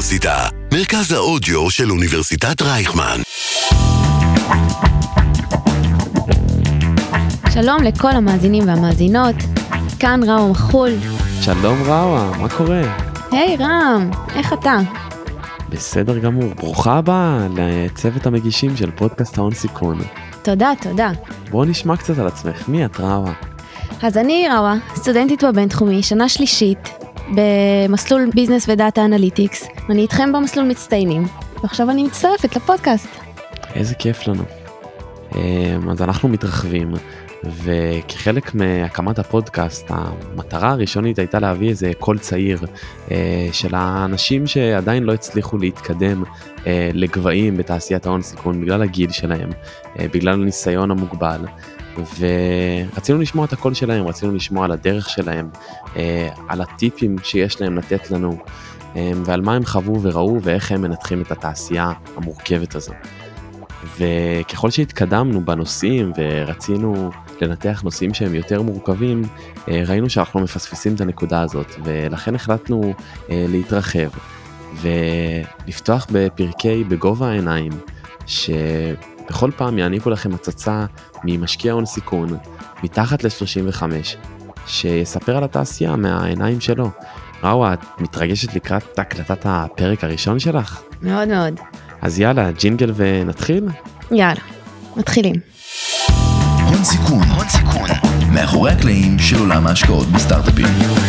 האוניברסיטה, מרכז האודיו של אוניברסיטת רייכמן. שלום לכל המאזינים והמאזינות, כאן ראו מחול. שלום ראו, מה קורה? היי רם, איך אתה? בסדר גמור, ברוכה הבאה לצוות המגישים של פודקאסט ההון סיכון. תודה. בואו נשמע קצת על עצמך, מי את ראו? אז אני ראו, סטודנטית בבינתחומי, שנה שלישית, במסלול ביזנס ודאטה אנליטיקס, ואני איתכם במסלול מצטיינים, ועכשיו אני מצטרפת לפודקאסט. איזה כיף לנו. אז אנחנו מתרחבים, וכחלק מהקמת הפודקאסט, המטרה הראשונית הייתה להביא איזה קול צעיר של האנשים שעדיין לא הצליחו להתקדם לגבהים בתעשיית ההון סיכון, בגלל הגיל שלהם, בגלל הניסיון המוגבל, ורצינו לשמוע את הקול שלהם, רצינו לשמוע על הדרך שלהם, על הטיפים שיש להם לתת לנו, ועל מה הם חוו וראו ואיך הם מנתחים את התעשייה המורכבת הזו. וככל שהתקדמנו בנושאים ורצינו לנתח נושאים שהם יותר מורכבים, ראינו שאנחנו מפספסים את הנקודה הזאת, ולכן החלטנו להתרחב ולפתוח בפרקי בגובה העיניים, שבכל פעם יעניקו לכם הצצה ממשקיע הון סיכון מתחת ל-35, שיספר על התעשייה מהעיניים שלו. ראו, את מתרגשת לקראת הקלטת הפרק הראשון שלך? מאוד. אז יאללה, ג'ינגל ונתחיל? יאללה, מתחילים. הון סיכון, מאחורי הקלעים של עולם ההשקעות בסטארט-אפים.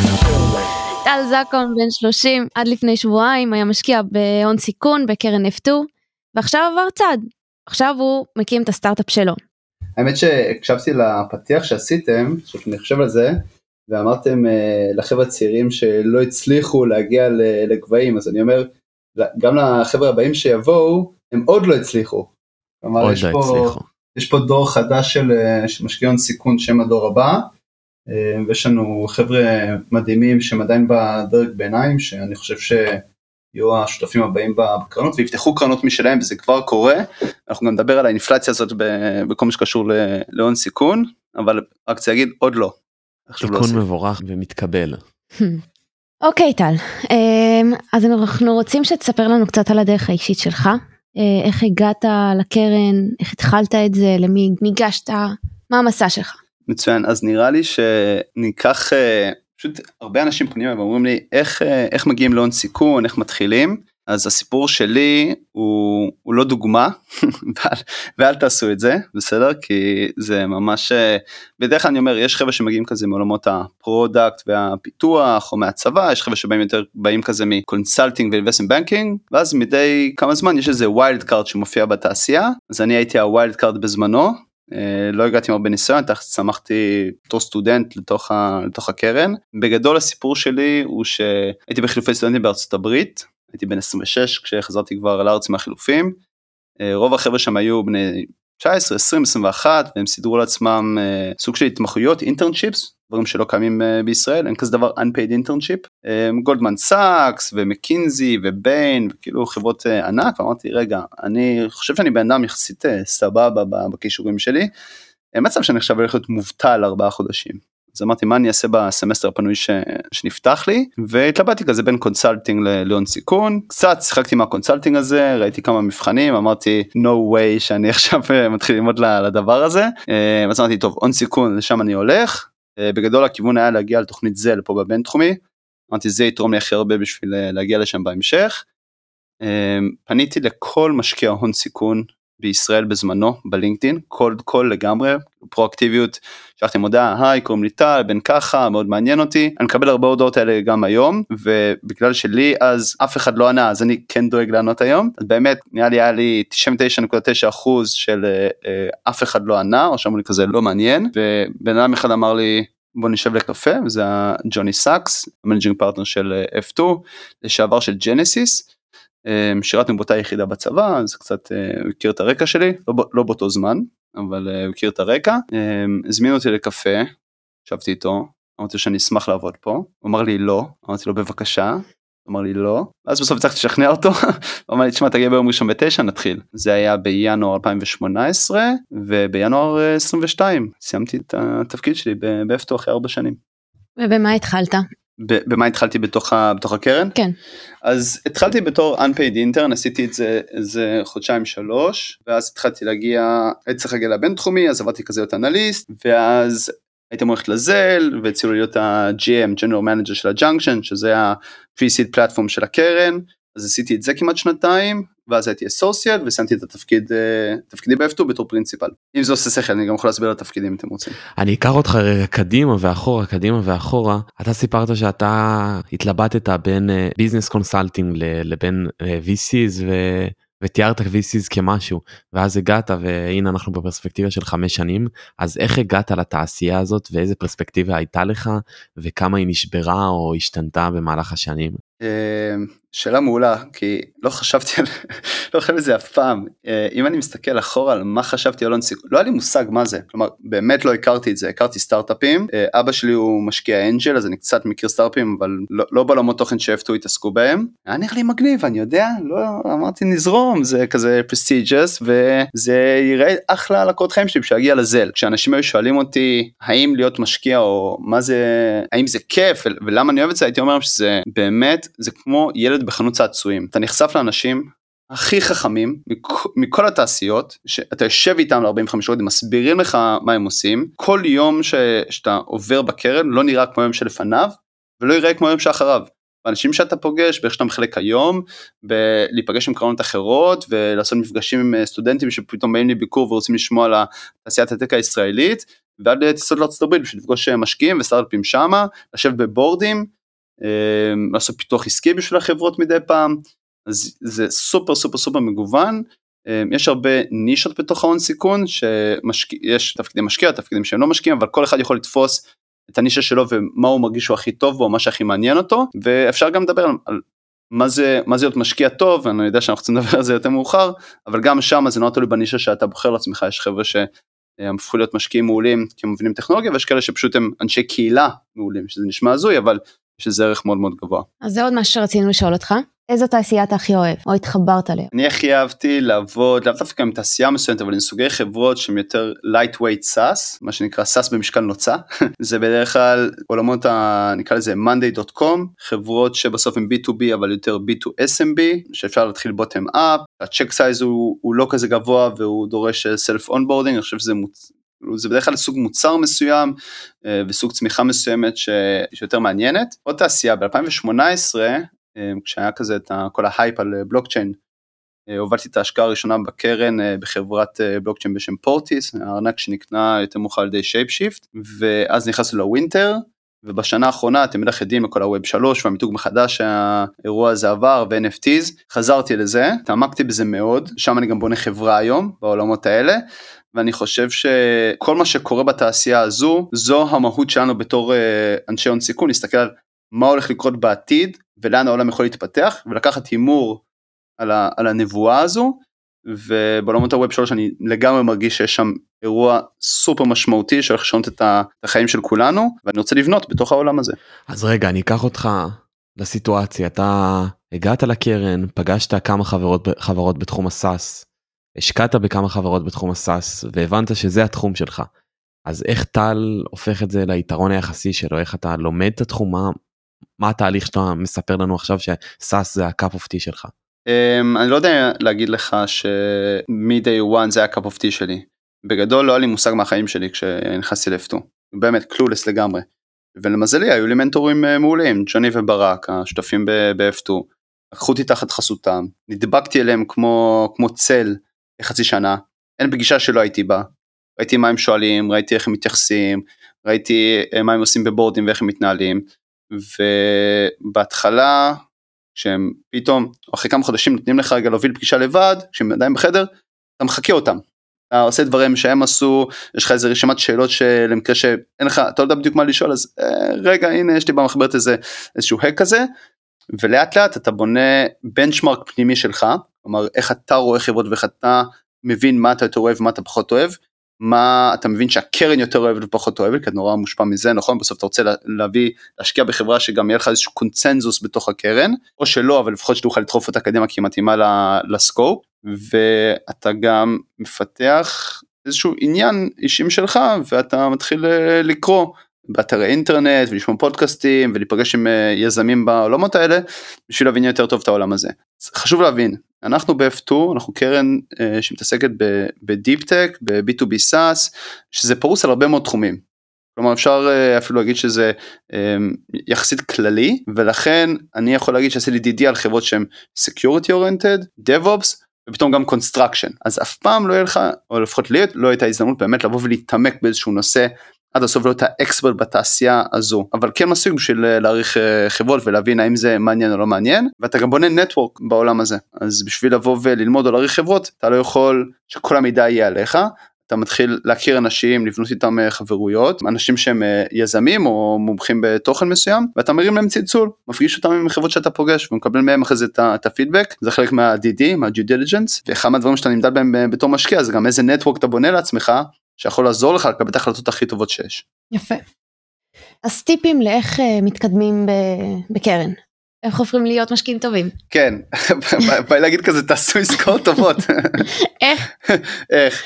טל זקון, בן 30, עד לפני שבועיים היה משקיע בהון סיכון בקרן F2, ועכשיו עבר צד. עכשיו הוא מקים את הסטארט-אפ שלו. האמת שהקשבתי לפתיח שעשיתם, שאני חושב על זה, ואמרתם לחבר'ה צעירים שלא הצליחו להגיע לגבהים, אז אני אומר, גם לחבר'ה הבאים שיבואו, הם עוד לא הצליחו. כלומר, יש פה דור חדש של משקיעי הון סיכון שם הדור הבא, ויש לנו חבר'ה מדהימים שהם עדיין בדרג ביניים, שאני חושב שיהיו השותפים הבאים בקרנות, ויפתחו קרנות משלהם, וזה כבר קורה. אנחנו גם נדבר על האינפלציה הזאת בכל מה שקשור להון סיכון, אבל רק צריך להגיד, עוד לא. תיקון מבורך ומתקבל. אוקיי טל, אז אנחנו רוצים שתספר לנו קצת על הדרך האישית שלך, איך הגעת לקרן, איך התחלת את זה, למי ניגשת, מה המסע שלך? מצוין, אז נראה לי שניקח, פשוט הרבה אנשים פונים ואומרים לי, איך מגיעים להון סיכון, איך מתחילים, אז הסיפור שלי הוא לא דוגמה, ואל תעשו את זה, בסדר? כי זה ממש, בדרך כלל אני אומר, יש חבר'ה שמגיעים כזה מעולמות הפרודקט והפיתוח, או מהצבא, יש חבר'ה שבאים יותר, באים כזה מקונסלטינג ואינבסטמנט בנקינג, ואז מדי כמה זמן יש איזה ווילד קארד שמופיע בתעשייה, אז אני הייתי הווילד קארד בזמנו, לא הגעתי עם הרבה ניסיון, צמחתי אותו סטודנט לתוך הקרן. בגדול הסיפור שלי הוא שהייתי בחילופי סטודנטים בארצות הברית, הייתי בן 26 כשחזרתי כבר לארץ מהחילופים, רוב החבר'ה שם היו בני 19, 20, 21, והם סידרו לעצמם סוג של התמחויות, אינטרנשיפס, דברים שלא קיימים בישראל, אין כזה דבר unpaid internship, גולדמן סאקס ומקינזי וביין, וכאילו חברות ענק, ואמרתי רגע, אני חושב שאני בן אדם יחסית סבבה בכישורים שלי, מצב שאני עכשיו הולך להיות מובטל 4 חודשים, אז אמרתי מה אני אעשה בסמסטר הפנוי שנפתח לי, והתלבטתי כזה בין קונסלטינג להון סיכון, קצת שיחקתי מהקונסלטינג הזה, ראיתי כמה מבחנים, אמרתי no way שאני עכשיו מתחיל ללמוד לדבר הזה, אז אמרתי טוב, הון סיכון לשם אני הולך, בגדול הכיוון היה להגיע לתוכנית זל פה בבינתחומי, אמרתי זה יתרום לי הכי הרבה בשביל להגיע לשם בהמשך, פניתי לכל משקיע הון סיכון בישראל בזמנו, בלינקדאין, קול לגמרי, פרואקטיביות, שלחתי מודעה, היי, קוראים לי טל, בן ככה, מאוד מעניין אותי, אני מקבל הרבה הודעות האלה גם היום, ובגלל שלי אז אף אחד לא ענה, אז אני כן דואג לענות היום, אז באמת היה לי 99.9% של אף אחד לא ענה, או שאמרו לי כזה לא מעניין, ובן אדם אחד אמר לי, בוא נשב לקפה, וזה ג'וני סאקס, המנג'ינג פרטנר של F2, לשעבר של ג'נסיס, שירתנו באותה יחידה בצבא, אז קצת הכיר את הרקע שלי, לא באותו זמן, אבל הכיר את הרקע, הזמינו אותי לקפה, ישבתי איתו, אמרתי שאני אשמח לעבוד פה, הוא אמר לי לא, אמרתי לו בבקשה, הוא אמר לי לא, אז בסוף הצלחתי לשכנע אותו, הוא אמר לי תשמע תגיע ביום ראשון ב9 נתחיל, זה היה בינואר 2018, ובינואר 22, סיימתי את התפקיד שלי ב-F2 אחרי 4 שנים. ובמה התחלת? במה התחלתי בתוך הקרן? כן. אז התחלתי בתור unpaid intern, עשיתי את זה איזה חודשיים 3, ואז התחלתי הייתי צריך להגיע לבן תחומי, אז עברתי כזה להיות אנליסט, ואז הייתי מולכת לזל, והצילו להיות ה-GM, General Manager של ה-Junction, שזה ה-Pre-Seed Platform של הקרן, אז עשיתי את זה כמעט 2, ואז הייתי אסוסייט, וסיימתי את תפקידי ב-F2 בתור פרינציפל. אם זה עושה שכל, אני גם יכול להסביר על התפקידים אם אתם רוצים. אני אקח אותך קדימה ואחורה. אתה סיפרת שאתה התלבטת בין ביזנס קונסלטינג לבין VCs ותיארת VCs כמשהו, ואז הגעת והנה אנחנו בפרספקטיבה של 5 שנים, אז איך הגעת לתעשייה הזאת ואיזה פרספקטיבה הייתה לך וכמה היא נשברה או השתנתה במהלך השנים? שאלה מעולה, כי לא חשבתי על זה אף פעם. אם אני מסתכל אחורה על מה חשבתי על הון סיכון, לא היה לי מושג מה זה, כלומר באמת לא הכרתי את זה, הכרתי סטארט-אפים, אבא שלי הוא משקיע אנג'ל, אז אני קצת מכיר סטארט-אפים, אבל לא בעולמות תוכן ש-F2 התעסקו בהם. היה נראה לי מגניב, אני יודע, לא אמרתי נזרום, זה כזה prestigious, וזה יראה אחלה על הקורות חיים שלי בשביל לזל. כשאנשים היו שואלים אותי, האם להיות משקיע או מה זה, האם זה כיף ולמה אני אוהב את זה, הייתי אומר שזה באמת, זה כמו ילד בחנות צעצועים. אתה נחשף לאנשים הכי חכמים מכל התעשיות, שאתה יושב איתם ל-45 שעות, הם מסבירים לך מה הם עושים. כל יום שאתה עובר בקרן לא נראה כמו יום שלפניו, ולא יראה כמו יום שאחריו. האנשים שאתה פוגש, באיך שאתה מחלק היום, להיפגש עם קרנות אחרות, ולעשות מפגשים עם סטודנטים שפתאום באים לביקור ורוצים לשמוע על תעשיית הטק הישראלית, ועד טיסות לארצות הברית בשביל לפגוש משקיעים וסטארט-אפים שמה, לשבת בבורדים, לעשות פיתוח עסקי בשביל החברות מדי פעם. אז זה סופר סופר סופר מגוון. יש הרבה נישות בתוך ההון סיכון, שיש תפקידים משקיע, תפקידים שהם לא משקיעים, אבל כל אחד יכול לתפוס את הנישה שלו ומה הוא מרגיש שהוא הכי טוב בו, מה שהכי מעניין אותו, ואפשר גם לדבר על מה זה להיות משקיע טוב, אני יודע שאנחנו רוצים לדבר על זה יותר מאוחר, אבל גם שם זה נורא תלוי בנישה שאתה בוחר לעצמך. יש חבר'ה שהם הפכו להיות משקיעים מעולים כי הם מבינים טכנולוגיה, ויש כאלה שפשוט הם אנשי קהילה מעולים, שזה נשמע הזוי, אבל יש לזה ערך מאוד מאוד גבוה. אז זה עוד מה שרצינו לשאול אותך, איזו תעשייה אתה הכי אוהב, או התחברת עליה? אני הכי אהבתי לעבוד, לאו דווקא עם תעשייה מסוימת, אבל עם סוגי חברות שהן יותר lightweight SaaS, מה שנקרא SaaS במשקל נוצה, זה בדרך כלל עולמות, נקרא לזה monday.com, חברות שבסוף הם B2B, אבל יותר B2SMB, שאפשר להתחיל bottom up, ה-check size הוא לא כזה גבוה, והוא דורש self-onboarding, אני חושב שזה זה בדרך כלל סוג מוצר מסוים, וסוג צמיחה מסוימת שיותר מעניינת. עוד תעשייה, ב-2018, כשהיה כזה את כל ההייפ על בלוקצ'יין, הובלתי את ההשקעה הראשונה בקרן בחברת בלוקצ'יין בשם פורטיס, הארנק שנקנה יותר מאוחר על ידי שייפשיפט, ואז נכנסנו לווינטר, ובשנה האחרונה אתם בטח יודעים לכל הווב 3 והמיתוג מחדש שהאירוע הזה עבר ו-NFTs, חזרתי לזה, תעמקתי בזה מאוד, שם אני גם בונה חברה היום בעולמות האלה, ואני חושב שכל מה שקורה בתעשייה הזו, זו המהות שלנו בתור אנשי הון סיכון, להסתכל על מה הולך לקרות בעתיד, ולאן העולם יכול להתפתח, ולקחת הימור על הנבואה הזו, ובעולמות הווב 3 אני לגמרי מרגיש שיש שם אירוע סופר משמעותי, שהולך לשנות את החיים של כולנו, ואני רוצה לבנות בתוך העולם הזה. אז רגע, אני אקח אותך לסיטואציה, אתה הגעת לקרן, פגשת כמה חברות בתחום הסאס, השקעת בכמה חברות בתחום הסאס, והבנת שזה התחום שלך. אז איך טל הופך את זה ליתרון היחסי שלו? איך אתה לומד את התחום? מה התהליך שאתה מספר לנו עכשיו שסאס זה הקאפ אוף טי שלך? אני לא יודע להגיד לך שמ-day one זה הקאפ אוף טי שלי. בגדול לא היה לי מושג מהחיים שלי כשנכנסתי ל-F2. באמת קלולס לגמרי. ולמזלי היו לי מנטורים מעולים, ג'וני וברק, השותפים ב-F2. לקחו אותי תחת חסותם, נדבקתי אליהם כמו צל חצי שנה, אין פגישה שלא הייתי בה, ראיתי מה הם שואלים, ראיתי איך הם מתייחסים, ראיתי מה הם עושים בבורדים ואיך הם מתנהלים, ובהתחלה, כשהם פתאום, אחרי כמה חודשים נותנים לך רגע להוביל פגישה לבד, כשהם עדיין בחדר, אתה מחכה אותם, אתה עושה דברים שהם עשו, יש לך איזה רשימת שאלות למקרה שאין לך, אתה לא יודע בדיוק מה לשאול, אז רגע, הנה יש לי במחברת איזשהו הק כזה, ולאט לאט אתה בונה בנצ'מרק פנימי שלך, כלומר איך אתה רואה חברות ואיך אתה מבין מה אתה יותר אוהב ומה אתה פחות אוהב, מה אתה מבין שהקרן יותר אוהבת ופחות אוהבת, כי אתה נורא מושפע מזה, נכון? בסוף אתה רוצה להשקיע בחברה שגם יהיה לך איזשהו קונצנזוס בתוך הקרן, או שלא, אבל לפחות שתוכל לדחוף אותה קדימה כי היא מתאימה לסקופ, ואתה גם מפתח איזשהו עניין אישים שלך, ואתה מתחיל לקרוא באתרי אינטרנט ולשמוע פודקאסטים ולהיפגש עם יזמים בעולמות האלה בשביל להבין יותר טוב את העולם הזה. חשוב להבין, אנחנו ב-F2, אנחנו קרן שמתעסקת בדיפ טק, ב-B2B SaaS, שזה פרוס על הרבה מאוד תחומים. כלומר אפשר אפילו להגיד שזה יחסית כללי, ולכן אני יכול להגיד שעשיתי DD על חברות שהן Security Oriented, DevOps, ופתאום גם Construction. אז אף פעם לא יהיה לך, או לפחות לי, לא הייתה הזדמנות באמת לבוא ולהתעמק באיזשהו נושא, עד הסוף לא הייתה אקספרט בתעשייה הזו, אבל כן מספיק בשביל להעריך חברות ולהבין האם זה מעניין או לא מעניין, ואתה גם בונה נטוורק בעולם הזה, אז בשביל לבוא וללמוד או להעריך חברות, אתה לא יכול שכל המידע יהיה עליך, אתה מתחיל להכיר אנשים, לבנות איתם חברויות, אנשים שהם יזמים או מומחים בתוכן מסוים, ואתה מרים להם צלצול, מפגיש אותם עם חברות שאתה פוגש, ומקבל מהם אחרי זה את הפידבק, זה חלק מה-DD, מה-Due Diligence, ואחד מהדברים שאתה נמדד בהם בתור משקיע, זה גם איזה נטוורק אתה בונה לעצמך, שיכול לעזור לך לקבל את ההחלטות הכי טובות שיש. יפה. אז טיפים לאיך מתקדמים בקרן? איך הופכים להיות משקיעים טובים? כן, בואי להגיד כזה, תעשו עסקאות טובות. איך? איך?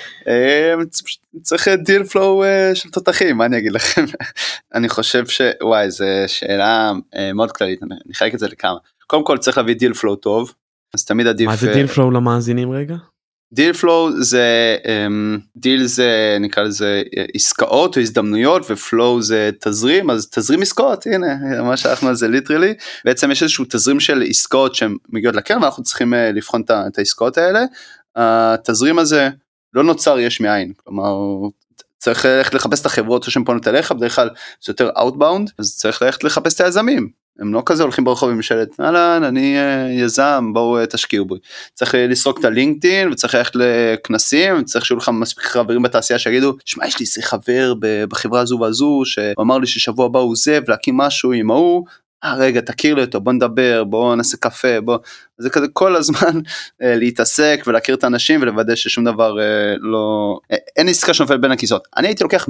צריך דיל פלואו של תותחים, מה אני אגיד לכם? אני חושב וואי, זו שאלה מאוד כללית, אני חלק את זה לכמה. קודם כל צריך להביא דיל פלואו טוב, אז תמיד עדיף... מה זה דיל פלואו למאזינים רגע? דיל פלואו זה, דיל זה נקרא לזה עסקאות או הזדמנויות, ופלואו זה תזרים, אז תזרים עסקאות, הנה, מה שאנחנו על זה ליטרלי, בעצם יש איזשהו תזרים של עסקאות שהן מגיעות לקרן, ואנחנו צריכים לבחון את העסקאות האלה, התזרים הזה לא נוצר יש מאין, כלומר, צריך ללכת לחפש את החברות שהן פונות אליך, בדרך כלל זה יותר outbound, אז צריך ללכת לחפש את היזמים, הם לא כזה הולכים ברחוב ומשאלת, אהלן, אני יזם, בואו תשקיעו בי. צריך לסרוק את הלינקדאין, וצריך ללכת לכנסים, וצריך שיהיו לך מספיק חברים בתעשייה שיגידו, שמע, יש לי חבר בחברה הזו והזו, שאמר לי ששבוע הבא הוא עוזב, להקים משהו עם ההוא, רגע, תכיר לי אותו, בוא נדבר, בוא נעשה קפה, בוא, זה כזה כל הזמן להתעסק ולהכיר את האנשים, ולוודא ששום דבר לא, אין עסקה שנופל בין הכיסאות. אני הייתי לוקח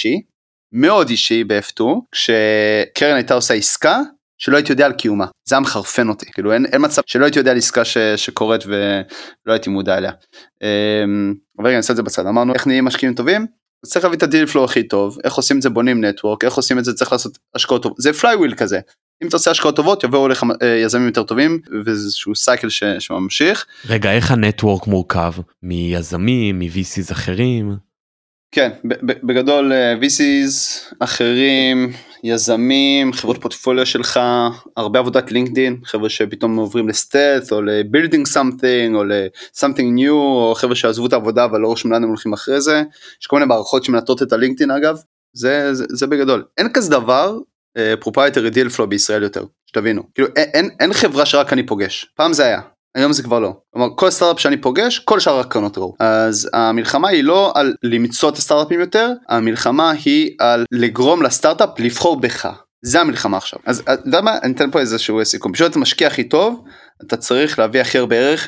מאוד אישי ב-F2, כשקרן הייתה עושה עסקה, שלא הייתי יודע על קיומה, זה היה מחרפן אותי, כאילו אין מצב שלא הייתי יודע על עסקה שקורית ולא הייתי מודע אליה. אבל רגע, אני אעשה את זה בצד, אמרנו איך נהיים משקיעים טובים, אז צריך להביא את הדיל פלואו הכי טוב, איך עושים את זה בונים נטוורק, איך עושים את זה צריך לעשות השקעות טובות, זה פלייוויל כזה, אם אתה עושה השקעות טובות יבואו לך יזמים יותר טובים, וזה איזשהו סייקל שממשיך. רגע, איך הנטוורק מורכב? מיזמים, מ-VCs אחרים? כן, בגדול VCs אחרים, יזמים, חברות פורטפוליו שלך, הרבה עבודת לינקדין, חבר'ה שפתאום עוברים לסטלט, או ל-building something, או ל-something new, או חבר'ה שעזבו את העבודה, אבל לא רושמים לאן הם הולכים אחרי זה, יש כל מיני מערכות שמנטרות את הלינקדין אגב, זה בגדול. אין כזה דבר, proprietary deal flow בישראל יותר, שתבינו, כאילו אין חברה שרק אני פוגש, פעם זה היה. היום זה כבר לא. כלומר, כל סטארט-אפ שאני פוגש, כל שאר הקרנות ראו. אז המלחמה היא לא על למצוא את הסטארט-אפים יותר, המלחמה היא על לגרום לסטארט-אפ לבחור בך. זה המלחמה עכשיו. אז אתה יודע מה? אני אתן פה איזשהו סיכום. בשביל אתה משקיע הכי טוב, אתה צריך להביא הכי הרבה ערך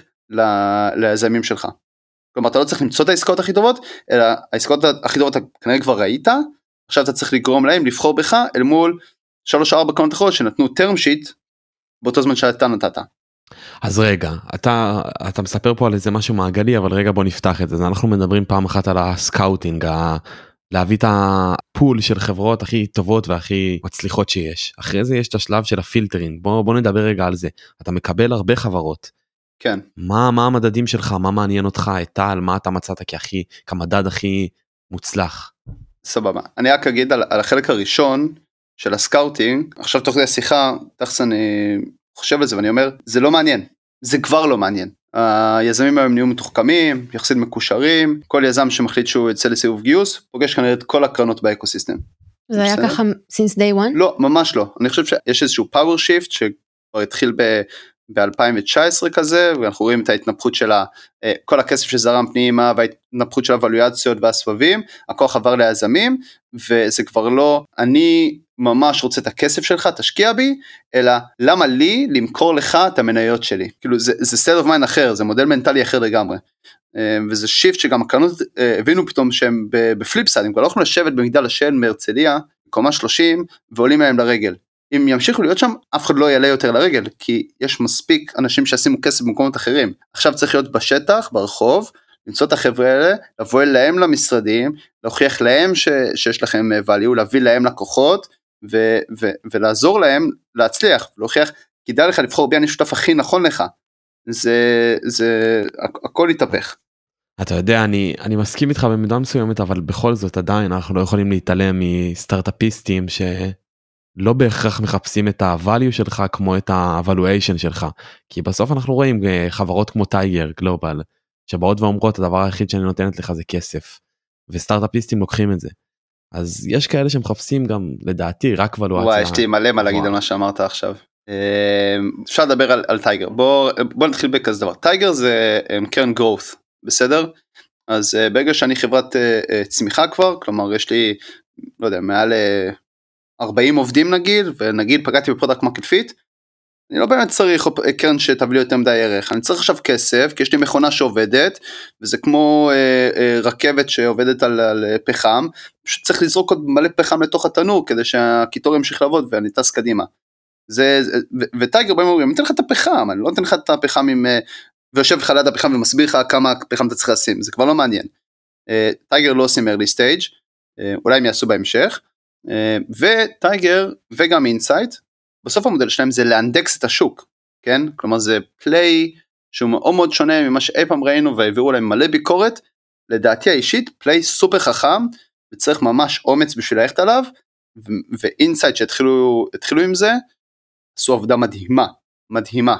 ליזמים שלך. כלומר, אתה לא צריך למצוא את העסקאות הכי טובות, אלא העסקאות הכי טובות אתה כנראה כבר ראית, עכשיו אתה צריך לגרום להם לבחור בך, אל מול 3-4 קרנות אחרות שנתנו term sheet, באותו זמן שאתה נתת. אז רגע, אתה מספר פה על איזה משהו מעגלי, אבל רגע בוא נפתח את זה. אז אנחנו מדברים פעם אחת על הסקאוטינג, להביא את הפול של חברות הכי טובות והכי מצליחות שיש. אחרי זה יש את השלב של הפילטרינג, בוא נדבר רגע על זה. אתה מקבל הרבה חברות. כן. מה המדדים שלך, מה מעניין אותך, על מה אתה מצאת כמדד הכי מוצלח? סבבה. אני רק אגיד על החלק הראשון של הסקאוטינג, עכשיו תוך כדי השיחה, תכף אני חושב על זה ואני אומר, זה לא מעניין, זה כבר לא מעניין. היזמים היום נהיו מתוחכמים, יחסית מקושרים, כל יזם שמחליט שהוא יצא לסיבוב גיוס, פוגש כנראה את כל הקרנות באקוסיסטם. זה היה ככה since day one? לא, ממש לא. אני חושב שיש איזשהו power shift שכבר התחיל ב-2019 כזה, ואנחנו רואים את ההתנפחות של כל הכסף שזרם פנימה, וההתנפחות של הוולואציות והסבבים, הכוח עבר ליזמים, וזה כבר לא, אני ממש רוצה את הכסף שלך, תשקיע בי, אלא למה לי למכור לך את המניות שלי? כאילו זה state of mind אחר, זה מודל מנטלי אחר לגמרי, וזה שיפט שגם הקרנות הבינו פתאום שהם בפליפסייד, הם כבר לא יכולים לשבת במגדל השן מהרצליה, קומה 30, ועולים מהם לרגל. אם ימשיכו להיות שם, אף אחד לא יעלה יותר לרגל, כי יש מספיק אנשים שישימו כסף במקומות אחרים. עכשיו צריך להיות בשטח, ברחוב, למצוא את החבר'ה האלה, לבוא אליהם למשרדים, להוכיח להם שיש לכם value, להביא להם לקוחות, ולעזור להם להצליח, להוכיח, כדאי לך לבחור בי אני שותף הכי נכון לך, הכל יתהפך. אתה יודע, אני מסכים איתך במידה מסוימת, אבל בכל זאת עדיין אנחנו לא יכולים להתעלם מסטארט-אפיסטים שלא בהכרח מחפשים את ה-value שלך כמו את ה-valuation שלך, כי בסוף אנחנו רואים חברות כמו טייגר, גלובל, שבאות ואומרות הדבר היחיד שאני נותנת לך זה כסף, וסטארט-אפיסטים לוקחים את זה. אז יש כאלה שמחפשים גם לדעתי רק ולואציה. וואי, יש לי מלא מה להגיד על מה שאמרת עכשיו. אפשר לדבר על טייגר, בוא נתחיל בכזה דבר. טייגר זה קרן growth, בסדר? אז ברגע שאני חברת צמיחה כבר, כלומר יש לי, לא יודע, מעל 40 עובדים נגיד, ונגיד פגעתי בפרודקט מרקט פיט, אני לא באמת צריך קרן שתביא לי יותר מדי ערך, אני צריך עכשיו כסף, כי יש לי מכונה שעובדת, וזה כמו רכבת שעובדת על פחם, פשוט צריך לזרוק עוד מלא פחם לתוך התנור, כדי שהקיטור ימשיך לעבוד ואני טס קדימה. וטייגר באים אומרים, אני אתן לך את הפחם, אני לא אתן לך את הפחם ויושב לך ליד הפחם ומסביר לך כמה פחם אתה צריך לשים, זה כבר לא מעניין. טייגר לא עושים early stage, אולי הם יעשו בהמשך, וטייגר וגם אינסייט, בסוף המודל שלהם זה לאנדקס את השוק, כן? כלומר זה פליי שהוא מאוד מאוד שונה ממה שאי פעם ראינו והעבירו להם מלא ביקורת, לדעתי האישית פליי סופר חכם, וצריך ממש אומץ בשביל ללכת עליו, ואינסייט שהתחילו עם זה, עשו עבודה מדהימה, מדהימה.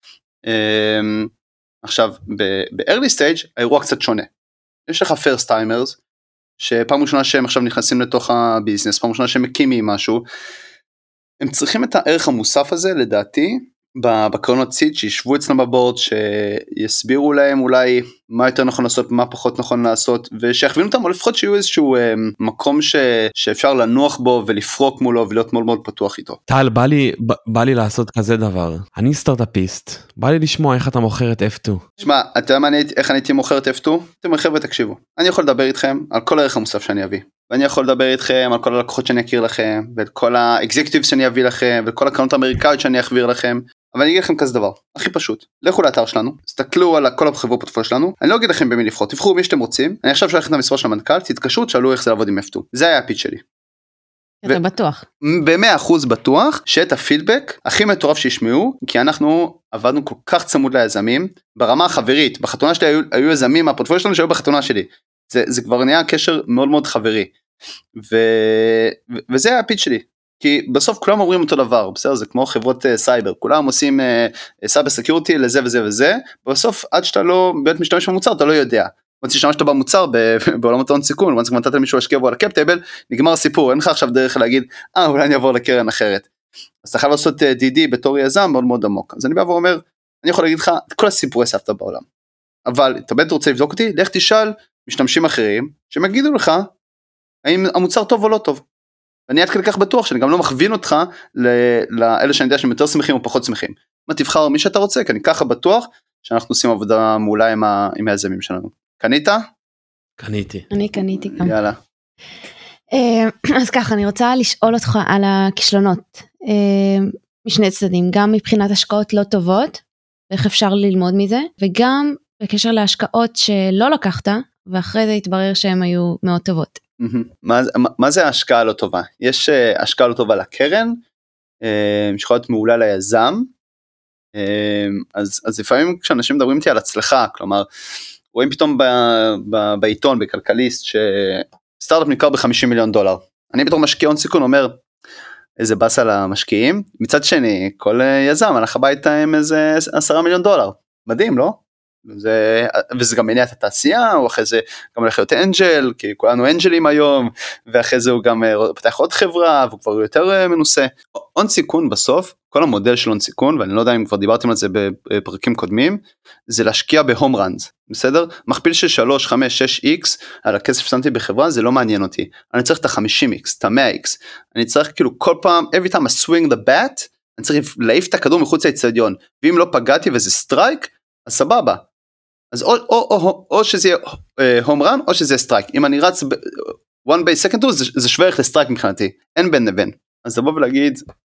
עכשיו, ב-early stage האירוע קצת שונה, יש לך first timers, שפעם ראשונה שהם עכשיו נכנסים לתוך הביזנס, פעם ראשונה שהם מקימים משהו, הם צריכים את הערך המוסף הזה, לדעתי, בקרנות סיד, שישבו אצלם בבורד, שיסבירו להם אולי מה יותר נכון לעשות, מה פחות נכון לעשות, ושיכווינו אותם, או לפחות שיהיו איזשהו מקום שאפשר לנוח בו, ולפרוק מולו, ולהיות מאוד מאוד פתוח איתו. טל, בא לי לעשות כזה דבר. אני סטארט-אפיסט, בא לי לשמוע איך אתה מוכר את F2. שמע, אתה יודע איך אני הייתי מוכר את F2? אתם חבר'ה, תקשיבו. אני יכול לדבר איתכם על כל הערך המוסף שאני אביא. ואני יכול לדבר איתכם על כל הלקוחות שאני אכיר לכם, ועל כל האקזקטיבס שאני אביא לכם, וכל הקרנות האמריקאיות שאני אכביר לכם. אבל אני אגיד לכם כזה דבר, הכי פשוט. לכו לאתר שלנו, תסתכלו על כל החברות פורטפוליו שלנו. אני לא אגיד לכם במי לבחור, תבחרו מי שאתם רוצים. אני עכשיו שולח את המספר של המנכ"ל, תתקשרו, תשאלו איך זה לעבוד עם F2. זה היה הפיץ' שלי. אתה בטוח? ב100% בטוח שאת הפידבק הכי מטורף שישמעו, כי אנחנו עבדנו כל כך צמוד ליזמים, ברמה החברית, בחתונה שלי היו יזמים מהפורטפוליו שלנו שהיו בחתונה שלי. זה כבר נהיה קשר מאוד מאוד חברי. וזה היה הפיץ' שלי. כי בסוף כולם אומרים אותו דבר, בסדר, זה כמו חברות סייבר, כולם עושים סייבר סקיוריטי לזה וזה וזה, ובסוף עד שאתה לא באמת משתמש במוצר, אתה לא יודע. once השתמשת במוצר בעולמות ההון סיכון, once נתת למישהו להשקיע בו על הקאפ טייבל, נגמר הסיפור, אין לך עכשיו דרך להגיד, אולי אני אעבור לקרן אחרת. אז אתה חייב לעשות DD בתור יזם מאוד מאוד עמוק. אז אני בא ואומר, אני יכול להגיד לך, את כל הסיפורי סבתא בעולם. אבל אתה באמת רוצה לבדוק אותי, לך תשאל משתמשים אחרים, שמגידו לך, האם המוצר טוב או לא טוב. ואני עד כדי כך בטוח שאני גם לא מכווין אותך לאלה שאני יודע שהם יותר שמחים או פחות שמחים. מה תבחר מי שאתה רוצה, כי אני ככה בטוח שאנחנו עושים עבודה מעולה עם היזמים שלנו. קנית? קניתי. אני קניתי גם. יאללה. אז ככה, אני רוצה לשאול אותך על הכישלונות משני צדדים, גם מבחינת השקעות לא טובות, ואיך אפשר ללמוד מזה, וגם בקשר להשקעות שלא לקחת, ואחרי זה התברר שהן היו מאוד טובות. מה זה ההשקעה הלא טובה? יש השקעה לא טובה לקרן, יכולה להיות מעולה ליזם, אז לפעמים כשאנשים מדברים איתי על הצלחה, כלומר, רואים פתאום בעיתון, בכלכליסט, שסטארט-אפ נמכר ב$50 מיליון. אני בתור משקיע הון סיכון אומר, איזה בס על המשקיעים, מצד שני, כל יזם הלך הביתה עם איזה $10 מיליון. מדהים, לא? וזה גם מניע את התעשייה, או אחרי זה גם הולך להיות אנג'ל, כי כולנו אנג'לים היום, ואחרי זה הוא גם פתח עוד חברה, והוא כבר יותר מנוסה. הון סיכון בסוף, כל המודל של הון סיכון, ואני לא יודע אם כבר דיברתם על זה בפרקים קודמים, זה להשקיע בהום ראנס, בסדר? מכפיל של 3, 5, 6x, על הכסף ששמתי בחברה, זה לא מעניין אותי. אני צריך את ה-50x, את ה-100x, אני צריך כאילו כל פעם, every time I swing the bat, אני צריך להעיף את הכדור מחוץ לאצטדיון, ואם לא פגעתי וזה סטרייק, אז סבבה. אז או שזה יהיה הום רן, או שזה יהיה סטרייק. אם אני רץ one base second to, זה שווה ערך לסטרייק מבחינתי. אין בין לבין. אז לבוא ולהגיד,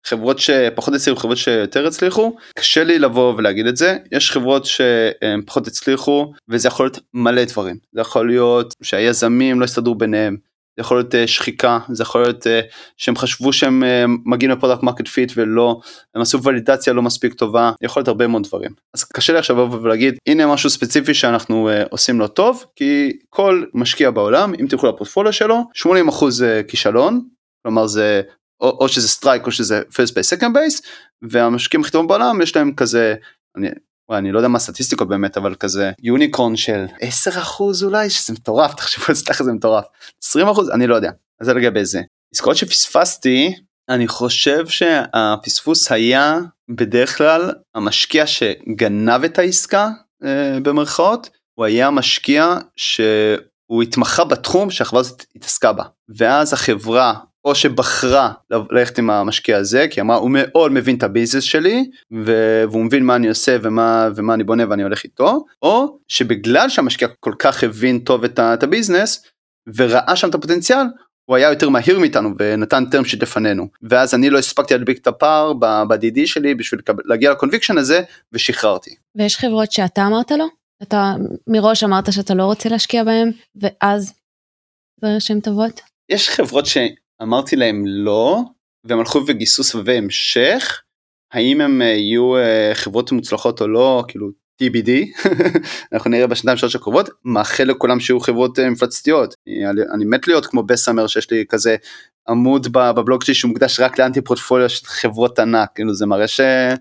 חברות שפחות הצליחו, חברות שיותר הצליחו, קשה לי לבוא ולהגיד את זה, יש חברות שהן פחות הצליחו, וזה יכול להיות מלא דברים, זה יכול להיות שהיזמים לא הסתדרו ביניהם, זה יכול להיות שחיקה, זה יכול להיות שהם חשבו שהם מגיעים לפרודקט מרקט פיט ולא, הם עשו ולידציה לא מספיק טובה, יכול להיות הרבה מאוד דברים. אז קשה לי עכשיו לבוא ולהגיד, הנה משהו ספציפי שאנחנו עושים לו טוב, כי כל משקיע בעולם, אם תלכו לפורטפוליו שלו, 80% כישלון, כלומר זה או שזה סטרייק או שזה first base, second base, והמשקיעים הכי טובים בעולם יש להם כזה, אני לא יודע מה הסטטיסטיקות באמת, אבל כזה יוניקורן של 10% אולי, שזה מטורף, תחשבו על זה, זה מטורף, 20%, אני לא יודע, אז זה לגבי זה. עסקאות שפספסתי, אני חושב שהפספוס היה בדרך כלל המשקיע שגנב את העסקה במרכאות, הוא היה משקיע שהוא התמחה בתחום שהחברה הזאת התעסקה בה, ואז החברה או שבחרה ללכת עם המשקיע הזה, כי אמרה, הוא מאוד מבין את הביזנס שלי, והוא מבין מה אני עושה ומה אני בונה ואני הולך איתו, או שבגלל שהמשקיע כל כך הבין טוב את הביזנס, וראה שם את הפוטנציאל, הוא היה יותר מהיר מאיתנו ונתן טרם שיט לפנינו, ואז אני לא הספקתי להדביק את הפער ב-DD שלי בשביל להגיע לקונביקשן הזה, ושחררתי. ויש חברות שאתה אמרת לו? אתה מראש אמרת שאתה לא רוצה להשקיע בהם, ואז דברים שהן טובות? יש חברות שאמרתי להם לא, והם הלכו וגייסו סבבי המשך, האם הם יהיו חברות מוצלחות או לא, כאילו TBD, אנחנו נראה בשנתיים שלוש הקרובות, מאחל לכולם שיהיו חברות מפלצתיות, אני מת להיות כמו בסמר שיש לי כזה עמוד בבלוג שלי שהוא מוקדש רק לאנטי פורטפוליו של חברות ענק, כאילו זה מראה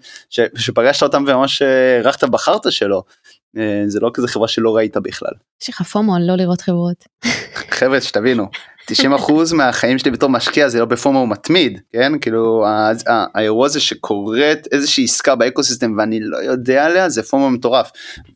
שפגשת אותם וממש ערכת בחרת שלו, זה לא כזה חברה שלא ראית בכלל. יש לך פומו על לא לראות חברות. חבר'ה, שתבינו, 90% מהחיים שלי בתור משקיע זה לא בפומו הוא מתמיד, כן? כאילו האירוע הזה שקורית איזושהי עסקה באקוסיסטם ואני לא יודע עליה, זה פומו מטורף.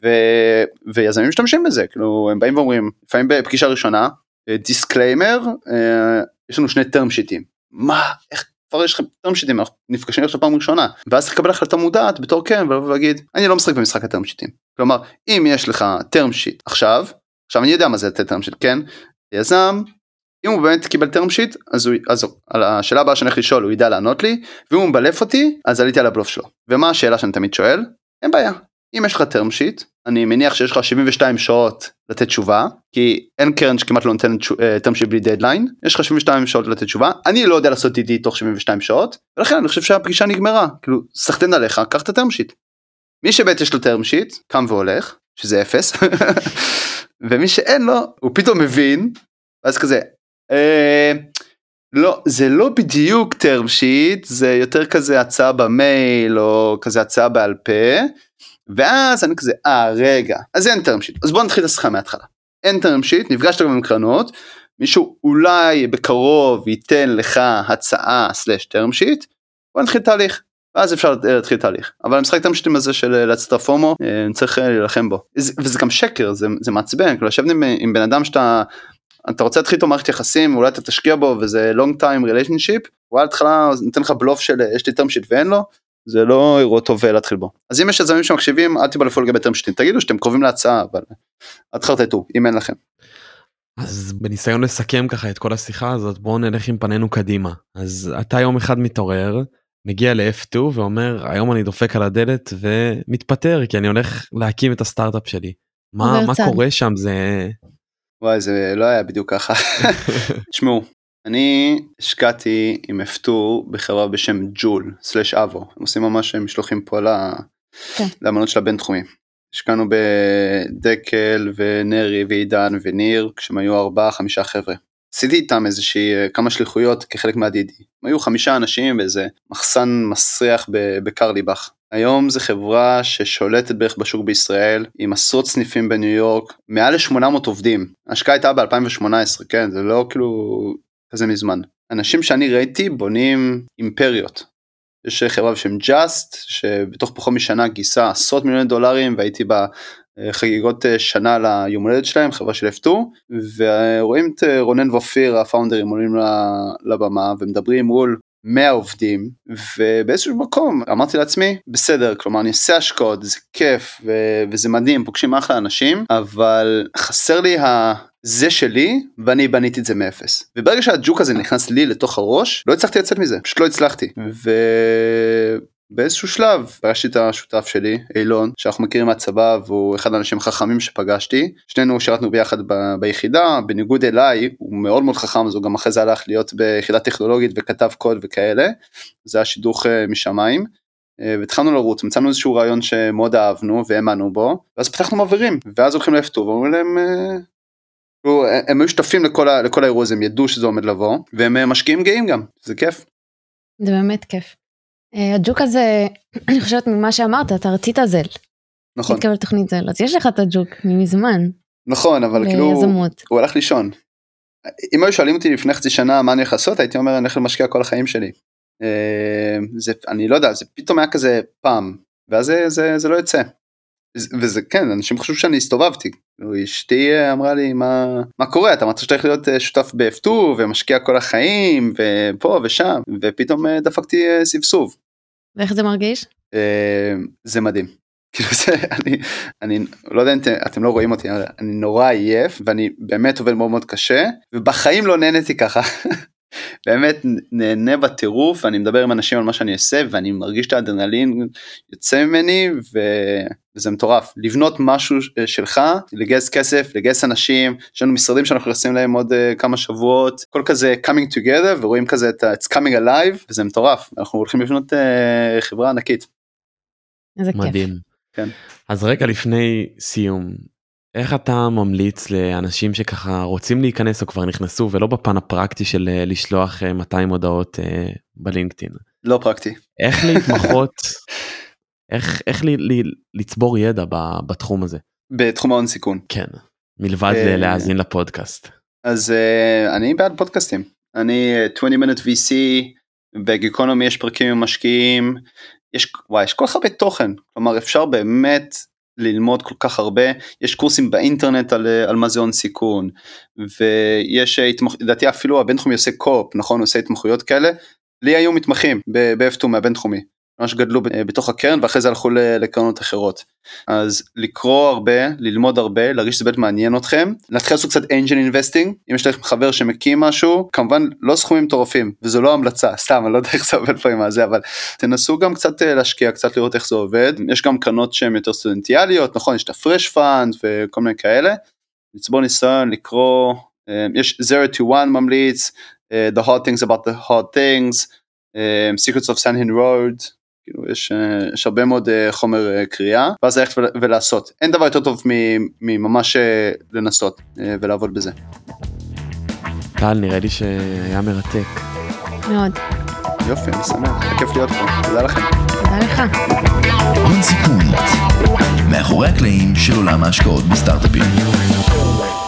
ויזמים משתמשים בזה, כאילו הם באים ואומרים, לפעמים בפגישה ראשונה, דיסקליימר, יש לנו שני טרם שיטים. מה? איך? כבר יש לכם טרם שיטים, אנחנו נפגשים עכשיו פעם ראשונה, ואז תקבל החלטה מודעת בתור כן, ולהגיד, אני לא משחק במשחק הטרם שיטים. כלומר, אם יש לך טרם שיט עכשיו אני יודע מה זה טרם שיט, כן? יזם, אם הוא באמת קיבל טרם שיט, אז על השאלה הבאה שאני הולך לשאול, הוא ידע לענות לי, ואם הוא מבלף אותי, אז עליתי על הבלוף שלו. ומה השאלה שאני תמיד שואל? אין בעיה. אם יש לך טרם שיט, אני מניח שיש לך 72 שעות לתת תשובה, כי אין קרן שכמעט לא נותן טרם שיט בלי דדליין, יש לך 72 שעות לתת תשובה, אני לא יודע לעשות DD תוך 72 שעות, ולכן אני חושב שהפגישה נגמרה, כאילו, סחטן עליך, קח את הטרם שיט. מי שבית יש לו טרם שיט, קם והולך, שזה 0, ומי שאין לו, הוא פתאום מבין, ואז כזה, לא, זה לא בדיוק טרם שיט, זה יותר כזה הצעה במייל, או כזה הצעה בעל פה, ואז אני כזה, רגע, אז אין טרם שיט, אז בוא נתחיל את השיחה מההתחלה, אין טרם שיט, נפגשת גם עם קרנות, מישהו אולי בקרוב ייתן לך הצעה / טרם שיט, בוא נתחיל תהליך, ואז אפשר להתחיל תהליך, אבל המשחק טרם שיטים הזה של לצאת הפומו, צריך להילחם בו, וזה גם שקר, זה מעצבן, כאילו לשבת עם בן אדם שאתה רוצה להתחיל איתו מערכת יחסים, אולי אתה תשקיע בו, וזה long time relationship, אולי התחלה נותן לך בלוף של יש לי טרם שיט ואין לו, זה לא אירוע טוב להתחיל בו. אז אם יש יזמים שמקשיבים, אל תיבלפו לגבי טרם שיטים, תגידו שאתם קרובים להצעה, אבל אל תחרטטו, אם אין לכם. אז בניסיון לסכם ככה את כל השיחה הזאת, בואו נלך עם פנינו קדימה. אז אתה יום אחד מתעורר, מגיע ל-F2 ואומר, היום אני דופק על הדלת ומתפטר, כי אני הולך להקים את הסטארט-אפ שלי. מה קורה שם? וואי, זה לא היה בדיוק ככה. תשמעו, אני השקעתי עם F2 בחברה בשם ג'ול / אבו, הם עושים ממש משלוחים פה לאמנות של הבין תחומי. השקענו בדקל ונרי ועידן וניר, כשהם היו 4-5 חבר'ה. עשיתי איתם כמה שליחויות כחלק מהדידי. הם היו 5 אנשים באיזה מחסן מסריח בקרליבך. היום זו חברה ששולטת בערך בשוק בישראל, עם עשרות סניפים בניו יורק, מעל ל-800 עובדים. ההשקעה הייתה ב-2018, כן, זה לא כאילו כזה מזמן. אנשים שאני ראיתי בונים אימפריות. יש חברה בשם Just, שבתוך פחות משנה גייסה עשרות $1,000,000, והייתי בחגיגות שנה ליום הולדת שלהם, חברה של F2, ורואים את רונן ואופיר, הפאונדרים, עולים לבמה, ומדברים מול 100 עובדים, ובאיזשהו מקום אמרתי לעצמי, בסדר, כלומר אני אעשה השקעות, זה כיף, וזה מדהים, פוגשים אחלה אנשים, אבל חסר לי זה שלי ואני בניתי את זה מאפס. וברגע שהג'וק הזה נכנס לי לתוך הראש, לא הצלחתי לצאת מזה, פשוט לא הצלחתי. ובאיזשהו שלב פגשתי את השותף שלי, אילון, שאנחנו מכירים מהצבא, והוא אחד האנשים החכמים שפגשתי. שנינו שירתנו ביחד ביחידה, בניגוד אליי, הוא מאוד מאוד חכם, אז הוא גם אחרי זה הלך להיות ביחידה טכנולוגית וכתב קוד וכאלה. זה היה שידוך משמיים. והתחלנו לרוץ, מצאנו איזשהו רעיון שמאוד אהבנו והאמנו בו, ואז פתחנו מעברים, ואז הולכים לפתור, ואומרים להם, הם היו שותפים לכל האירוע הזה, הם ידעו שזה עומד לבוא, והם משקיעים גאים גם, זה כיף. זה באמת כיף. הג'וק הזה, אני חושבת ממה שאמרת, אתה רצית זל. נכון. תתקבל תוכנית זל, אז יש לך את הג'וק מזמן. נכון, אבל כאילו, הוא הלך לישון. אם היו שואלים אותי לפני חצי שנה מה אני הולך לעשות, הייתי אומר, אני הולך למשקיע כל החיים שלי. אני לא יודע, זה פתאום היה כזה פעם, ואז זה לא יוצא. וזה כן, אנשים חשבו שאני הסתובבתי. אשתי אמרה לי, מה קורה? אתה אמרת שתלך להיות שותף ב-F2 ומשקיע כל החיים ופה ושם, ופתאום דפקתי סבסוב. ואיך זה מרגיש? זה מדהים. כאילו זה, אני לא יודע אם אתם לא רואים אותי, אני נורא עייף, ואני באמת עובד מאוד מאוד קשה, ובחיים לא נהניתי ככה. באמת נהנה בטירוף, ואני מדבר עם אנשים על מה שאני אעשה, ואני מרגיש את האדרנלין יוצא ממני, וזה מטורף. לבנות משהו שלך, לגייס כסף, לגייס אנשים, יש לנו משרדים שאנחנו נכנסים להם עוד כמה שבועות, כל כזה coming together, ורואים כזה את it's coming alive, וזה מטורף. אנחנו הולכים לבנות חברה ענקית. איזה כיף. מדהים. כן. אז רגע לפני סיום, איך אתה ממליץ לאנשים שככה רוצים להיכנס או כבר נכנסו, ולא בפן הפרקטי של לשלוח 200 הודעות בלינקדאין? לא פרקטי. איך להתמחות, איך לצבור ידע בתחום הזה? בתחום ההון סיכון. כן, מלבד להאזין לפודקאסט. אז אני בעד פודקאסטים. אני 20 minute VC, בגיקונומי יש פרקים עם משקיעים, יש כל כך הרבה תוכן, כלומר אפשר באמת ללמוד כל כך הרבה, יש קורסים באינטרנט על מה זה הון סיכון, ויש, לדעתי אפילו הבינתחומי עושה קופ, נכון, עושה התמחויות כאלה, לי היו מתמחים ב-F2 מהבינתחומי, ממש גדלו בתוך הקרן, ואחרי זה הלכו לקרנות אחרות. אז לקרוא הרבה, ללמוד הרבה, להרגיש שזה באמת מעניין אתכם, להתחיל לעשות קצת angel investing, אם יש לכם חבר שמקים משהו, כמובן לא סכומים מטורפים, וזו לא המלצה, סתם, אני לא יודע איך זה עובד פה עם הזה, אבל תנסו גם קצת להשקיע, קצת לראות איך זה עובד, יש גם קרנות שהן יותר סטודנטיאליות, נכון, יש את ה-fresh fund וכל מיני כאלה, לצבור ניסיון, לקרוא, יש 0 to 1 ממליץ, the hard things about the hard things, secrets of Sandhill Road, כאילו יש הרבה מאוד חומר קריאה, ואז ללכת ולעשות. אין דבר יותר טוב מממש לנסות ולעבוד בזה. טל, נראה לי שהיה מרתק. מאוד. יופי, אני שמח. כיף להיות פה. תודה לכם. תודה לך. הון סיכון, מאחורי הקלעים של עולם ההשקעות בסטארט-אפים.